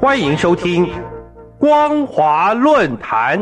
欢迎收听光华论坛。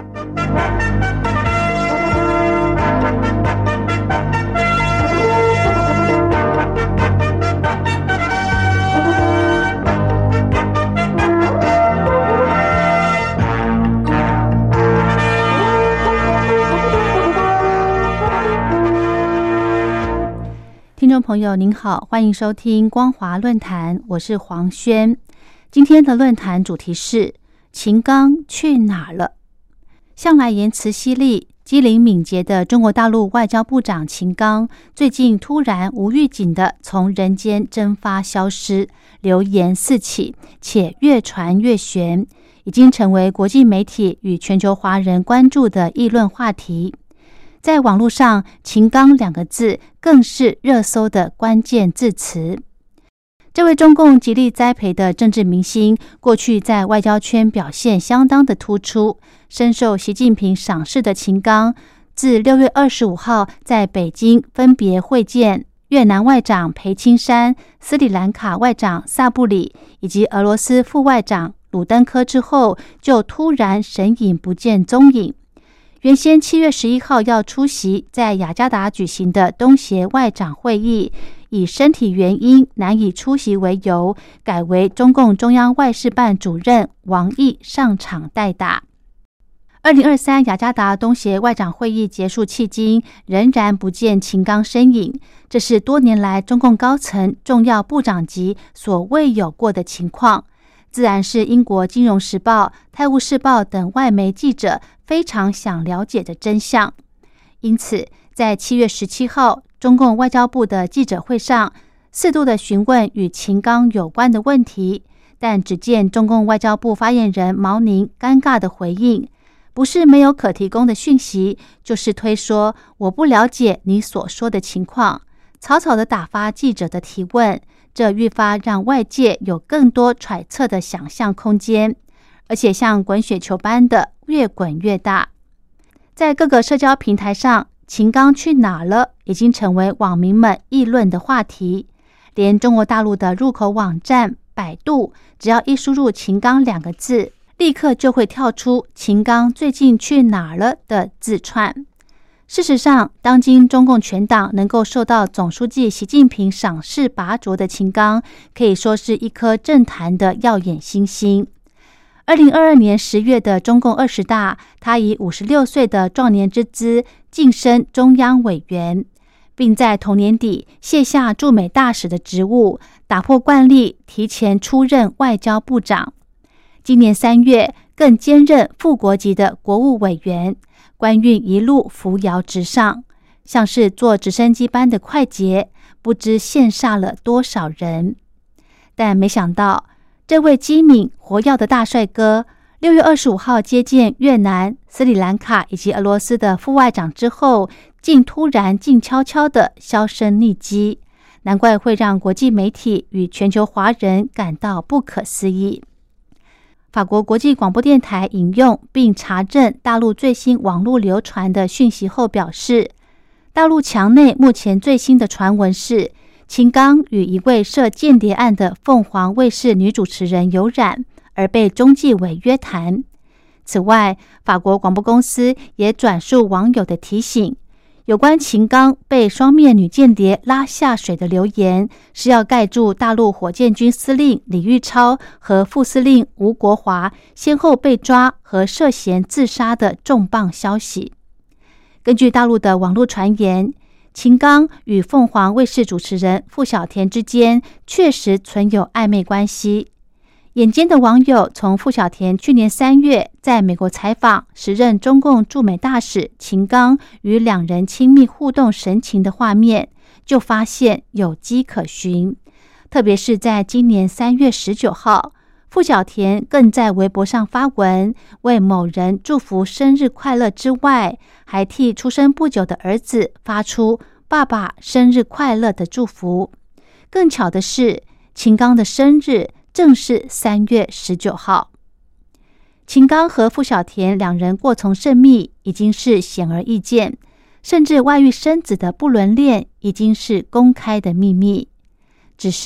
听众朋友您好，欢迎收听光华论坛，我是黄轩。今天的论坛主题是秦刚去哪了？向来言辞犀利、机灵敏捷的中国大陆外交部长秦刚，最近突然无预警地从人间蒸发消失，流言四起，且越传越玄，已经成为国际媒体与全球华人关注的议论话题。在网络上，秦刚两个字更是热搜的关键字词。这位中共极力栽培的政治明星，过去在外交圈表现相当的突出，深受习近平赏识的秦刚，自6月25号在北京分别会见越南外长裴青山、斯里兰卡外长萨布里以及俄罗斯副外长鲁登科之后，就突然神隐不见踪影。原先7月11号要出席在雅加达举行的东协外长会议，以身体原因难以出席为由，改为中共中央外事办主任王毅上场代打。2023雅加达东协外长会议结束迄今，仍然不见秦刚身影，这是多年来中共高层重要部长级所未有过的情况，自然是英国金融时报、泰晤士报等外媒记者非常想了解的真相。因此在7月17号中共外交部的记者会上，适度的询问与秦刚有关的问题，但只见中共外交部发言人毛宁尴尬的回应，不是没有可提供的讯息，就是推说我不了解你所说的情况，草草的打发记者的提问，这愈发让外界有更多揣测的想象空间，而且像滚雪球般的越滚越大。在各个社交平台上，秦刚去哪了已经成为网民们议论的话题，连中国大陆的入口网站百度，只要一输入秦刚两个字，立刻就会跳出秦刚最近去哪了的字串。事实上，当今中共全党能够受到总书记习近平赏识拔擢的秦刚，可以说是一颗政坛的耀眼新星。2022年10月的中共20大，他以56岁的壮年之姿晋升中央委员，并在同年底卸下驻美大使的职务，打破惯例提前出任外交部长。今年3月更兼任副国级的国务委员，官运一路扶摇直上，像是坐直升机般的快捷，不知羡煞了多少人。但没想到这位机敏活跃的大帅哥6月25号接见越南、斯里兰卡以及俄罗斯的副外长之后，竟突然静悄悄地销声匿迹，难怪会让国际媒体与全球华人感到不可思议。法国国际广播电台引用并查证大陆最新网络流传的讯息后表示，大陆墙内目前最新的传闻是秦刚与一位涉间谍案的凤凰卫视女主持人有染，而被中纪委约谈。此外，法国广播公司也转述网友的提醒，有关秦刚被双面女间谍拉下水的流言，是要盖住大陆火箭军司令李玉超和副司令吴国华先后被抓和涉嫌自杀的重磅消息。根据大陆的网络传言，秦刚与凤凰卫视主持人傅小田之间确实存有暧昧关系。眼尖的网友从傅小田去年3月在美国采访时任中共驻美大使秦刚与两人亲密互动神情的画面，就发现有迹可循。特别是在今年3月19号，傅小田更在微博上发文，为某人祝福生日快乐之外，还替出生不久的儿子发出爸爸生日快乐的祝福。更巧的是，秦刚的生日正是3月19号。秦刚和傅小田两人过从甚密，已经是显而易见，甚至外遇生子的不伦恋已经是公开的秘密。只是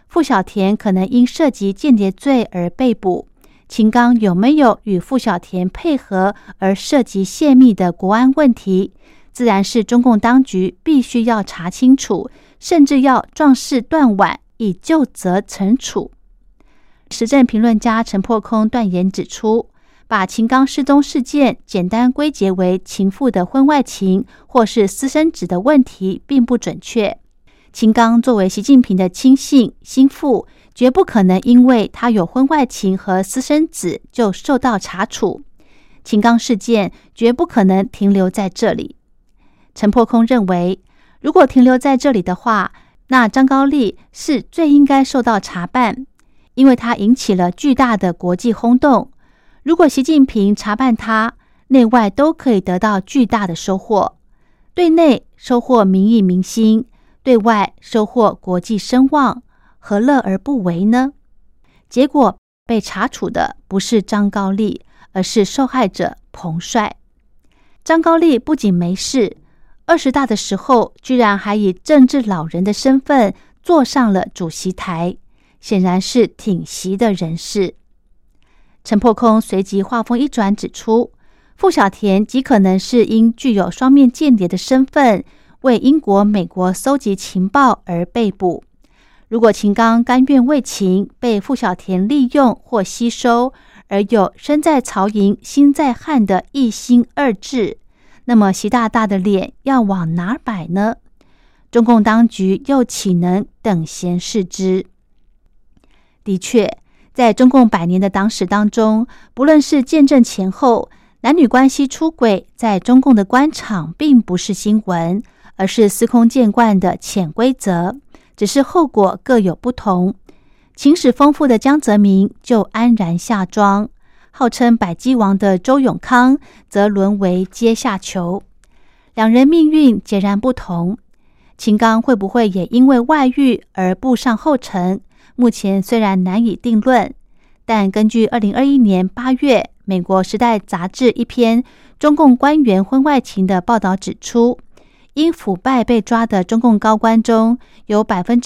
傅小田可能因涉及间谍罪而被捕，秦刚有没有与傅小田配合而涉及泄密的国安问题，自然是中共当局必须要查清楚，甚至要壮士断腕，以就责惩处。时政评论家陈破空断言指出，把秦刚失踪事件简单归结为情妇的婚外情或是私生子的问题并不准确。秦刚作为习近平的亲信心腹，绝不可能因为他有婚外情和私生子就受到查处。秦刚事件绝不可能停留在这里。陈破空认为，如果停留在这里的话，那张高丽是最应该受到查办，因为他引起了巨大的国际轰动。如果习近平查办他，内外都可以得到巨大的收获，对内收获民意民心，对外收获国际声望，何乐而不为呢？结果被查处的不是张高丽，而是受害者彭帅。张高丽不仅没事，20大的时候居然还以政治老人的身份坐上了主席台，显然是挺习的人士。陈破空随即话锋一转指出，傅小田极可能是因具有双面间谍的身份，为英国、美国搜集情报而被捕。如果秦刚甘愿为情，被傅小田利用或吸收，而有身在曹营心在汉的一心二志，那么习大大的脸要往哪摆呢？中共当局又岂能等闲视之？的确，在中共100年的党史当中，不论是建政前后，男女关系出轨在中共的官场并不是新闻，而是司空见惯的潜规则，只是后果各有不同。情史丰富的江泽民就安然下庄，号称百鸡王的周永康则沦为阶下囚。两人命运截然不同，秦刚会不会也因为外遇而步上后尘？目前虽然难以定论，但根据2021年8月美国《时代》杂志一篇中共官员婚外情的报道指出，因腐败被抓的中共高官中，有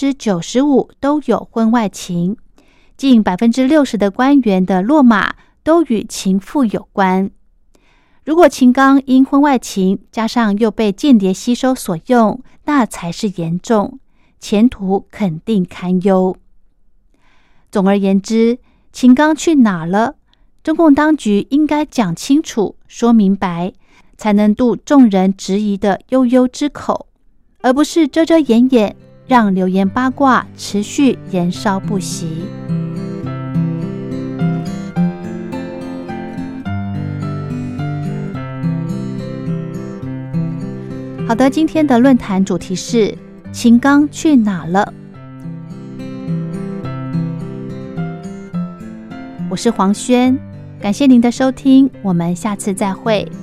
95% 都有婚外情，近 60% 的官员的落马都与情妇有关。如果秦刚因婚外情加上又被间谍吸收所用，那才是严重，前途肯定堪忧。总而言之，秦刚去哪了？中共当局应该讲清楚、说明白，才能渡众人质疑的悠悠之口，而不是遮遮掩掩，让流言八卦持续延烧不息。好的，今天的论坛主题是秦刚去哪了？我是黄轩，感谢您的收听，我们下次再会。